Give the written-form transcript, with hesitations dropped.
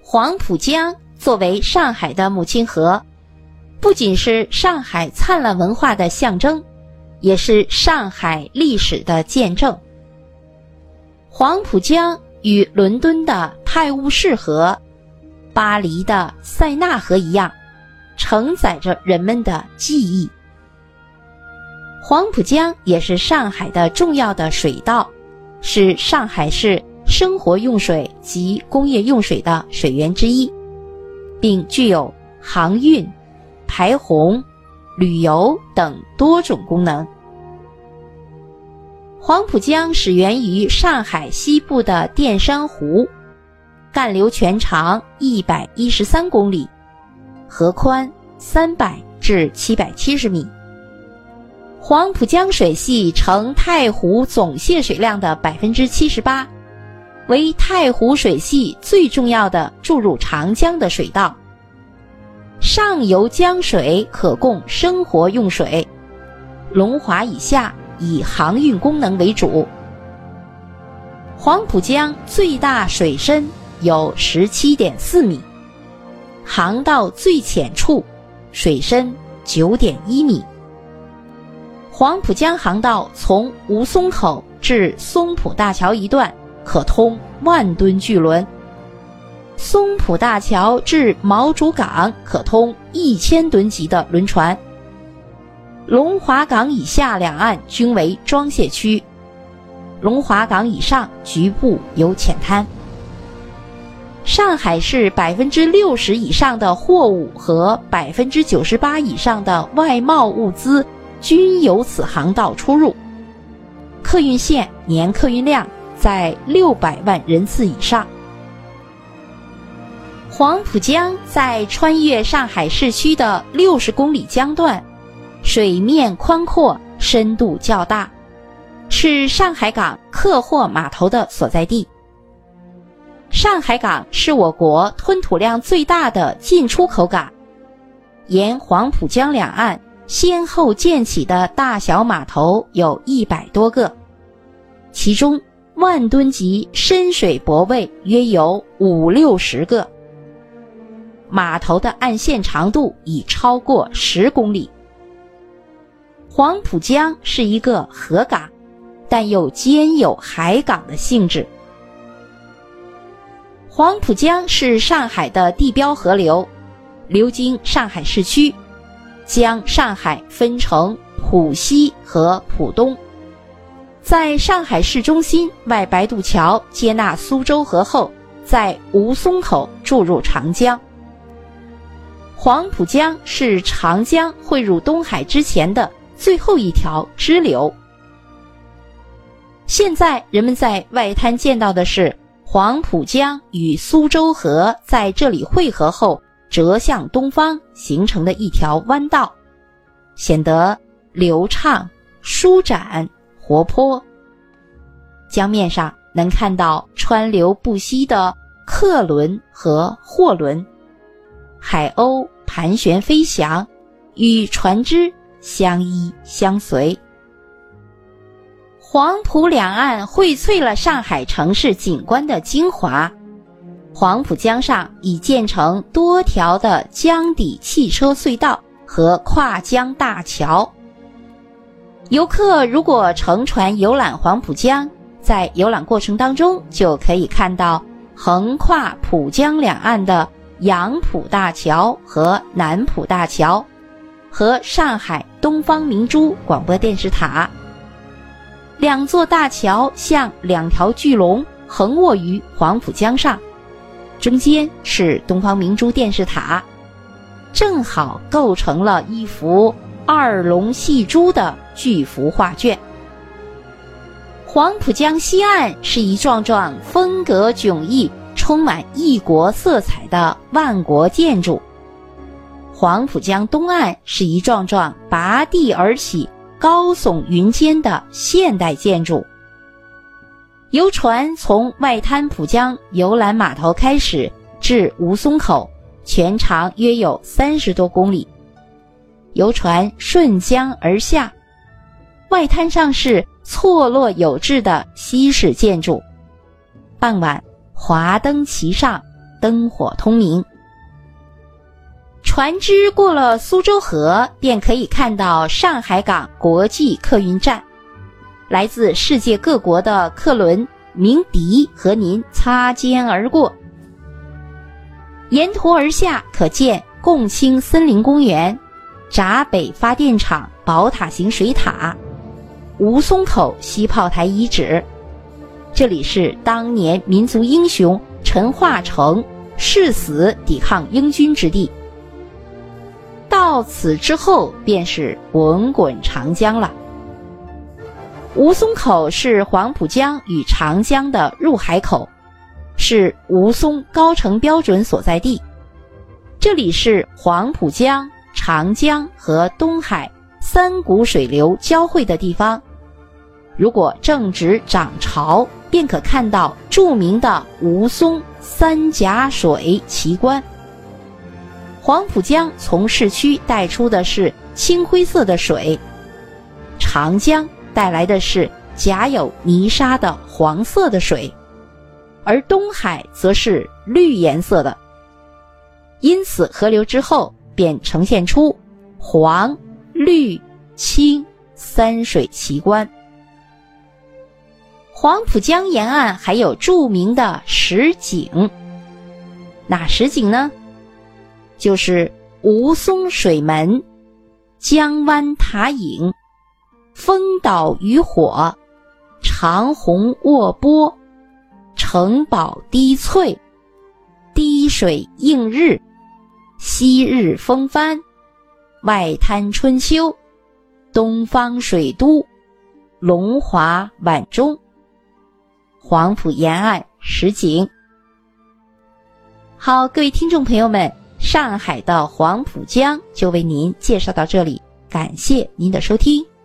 黄浦江作为上海的母亲河，不仅是上海灿烂文化的象征，也是上海历史的见证。黄浦江与伦敦的泰晤士河、巴黎的塞纳河一样，承载着人们的记忆。黄浦江也是上海的重要的水道，是上海市生活用水及工业用水的水源之一，并具有航运、排洪、旅游等多种功能。黄浦江始源于上海西部的淀山湖，干流全长113公里，河宽300至770米。黄浦江水系呈太湖总泄水量的 78%， 为太湖水系最重要的注入长江的水道。上游江水可供生活用水，龙华以下以航运功能为主。黄浦江最大水深有 17.4 米，航道最浅处水深 9.1 米。黄浦江航道从吴淞口至松浦大桥一段可通万吨巨轮，松浦大桥至毛竹港可通1000吨级的轮船。龙华港以下两岸均为装卸区，龙华港以上局部有浅滩。上海市 60% 以上的货物和 98% 以上的外贸物资均由此航道出入，客运线年客运量在600万人次以上。黄浦江在穿越上海市区的60公里江段，水面宽阔，深度较大，是上海港客货码头的所在地。上海港是我国吞吐量最大的进出口港，沿黄浦江两岸先后建起的大小码头有100多个，其中万吨级深水泊位约有50-60个，码头的岸线长度已超过10公里。黄浦江是一个河港，但又兼有海港的性质。黄浦江是上海的地标河流，流经上海市区，将上海分成浦西和浦东。在上海市中心外白渡桥接纳苏州河后，在吴淞口注入长江。黄浦江是长江汇入东海之前的最后一条支流。现在人们在外滩见到的是黄浦江与苏州河在这里汇合后折向东方形成的一条弯道，显得流畅、舒展、活泼。江面上能看到川流不息的客轮和货轮，海鸥盘旋飞翔，与船只相依相随。黄浦两岸荟萃了上海城市景观的精华。黄浦江上已建成多条的江底汽车隧道和跨江大桥。游客如果乘船游览黄浦江，在游览过程当中就可以看到横跨浦江两岸的杨浦大桥和南浦大桥，和上海东方明珠广播电视塔。两座大桥像两条巨龙横卧于黄浦江上，中间是东方明珠电视塔，正好构成了一幅二龙戏珠的巨幅画卷。黄浦江西岸是一幢幢风格迥异、充满异国色彩的万国建筑，黄浦江东岸是一幢幢拔地而起、高耸云间的现代建筑。游船从外滩浦江游览码头开始至吴淞口，全长约有30多公里。游船顺江而下，外滩上是错落有致的西式建筑。傍晚华灯齐上， 灯火通明。船只过了苏州河，便可以看到上海港国际客运站，来自世界各国的客轮鸣笛和您擦肩而过。沿途而下可见共青森林公园、闸北发电厂宝塔型水塔、吴淞口西炮台遗址，这里是当年民族英雄陈化成誓死抵抗英军之地。到此之后便是滚滚长江了。吴淞口是黄浦江与长江的入海口，是吴淞高程标准所在地，这里是黄浦江、长江和东海三股水流交汇的地方。如果正值涨潮，便可看到著名的吴淞三甲水奇观。黄浦江从市区带出的是青灰色的水，长江带来的是夹有泥沙的黄色的水，而东海则是绿颜色的。因此河流之后便呈现出黄、绿、青三水奇观。黄浦江沿岸还有著名的十景，哪十景呢？就是吴淞水门、江湾塔影、风岛渔火、长虹卧波、城堡低翠、滴水映日、昔日风帆、外滩春秋、东方水都、龙华晚钟。黄浦沿岸十景。好，各位听众朋友们，上海的黄浦江就为您介绍到这里，感谢您的收听。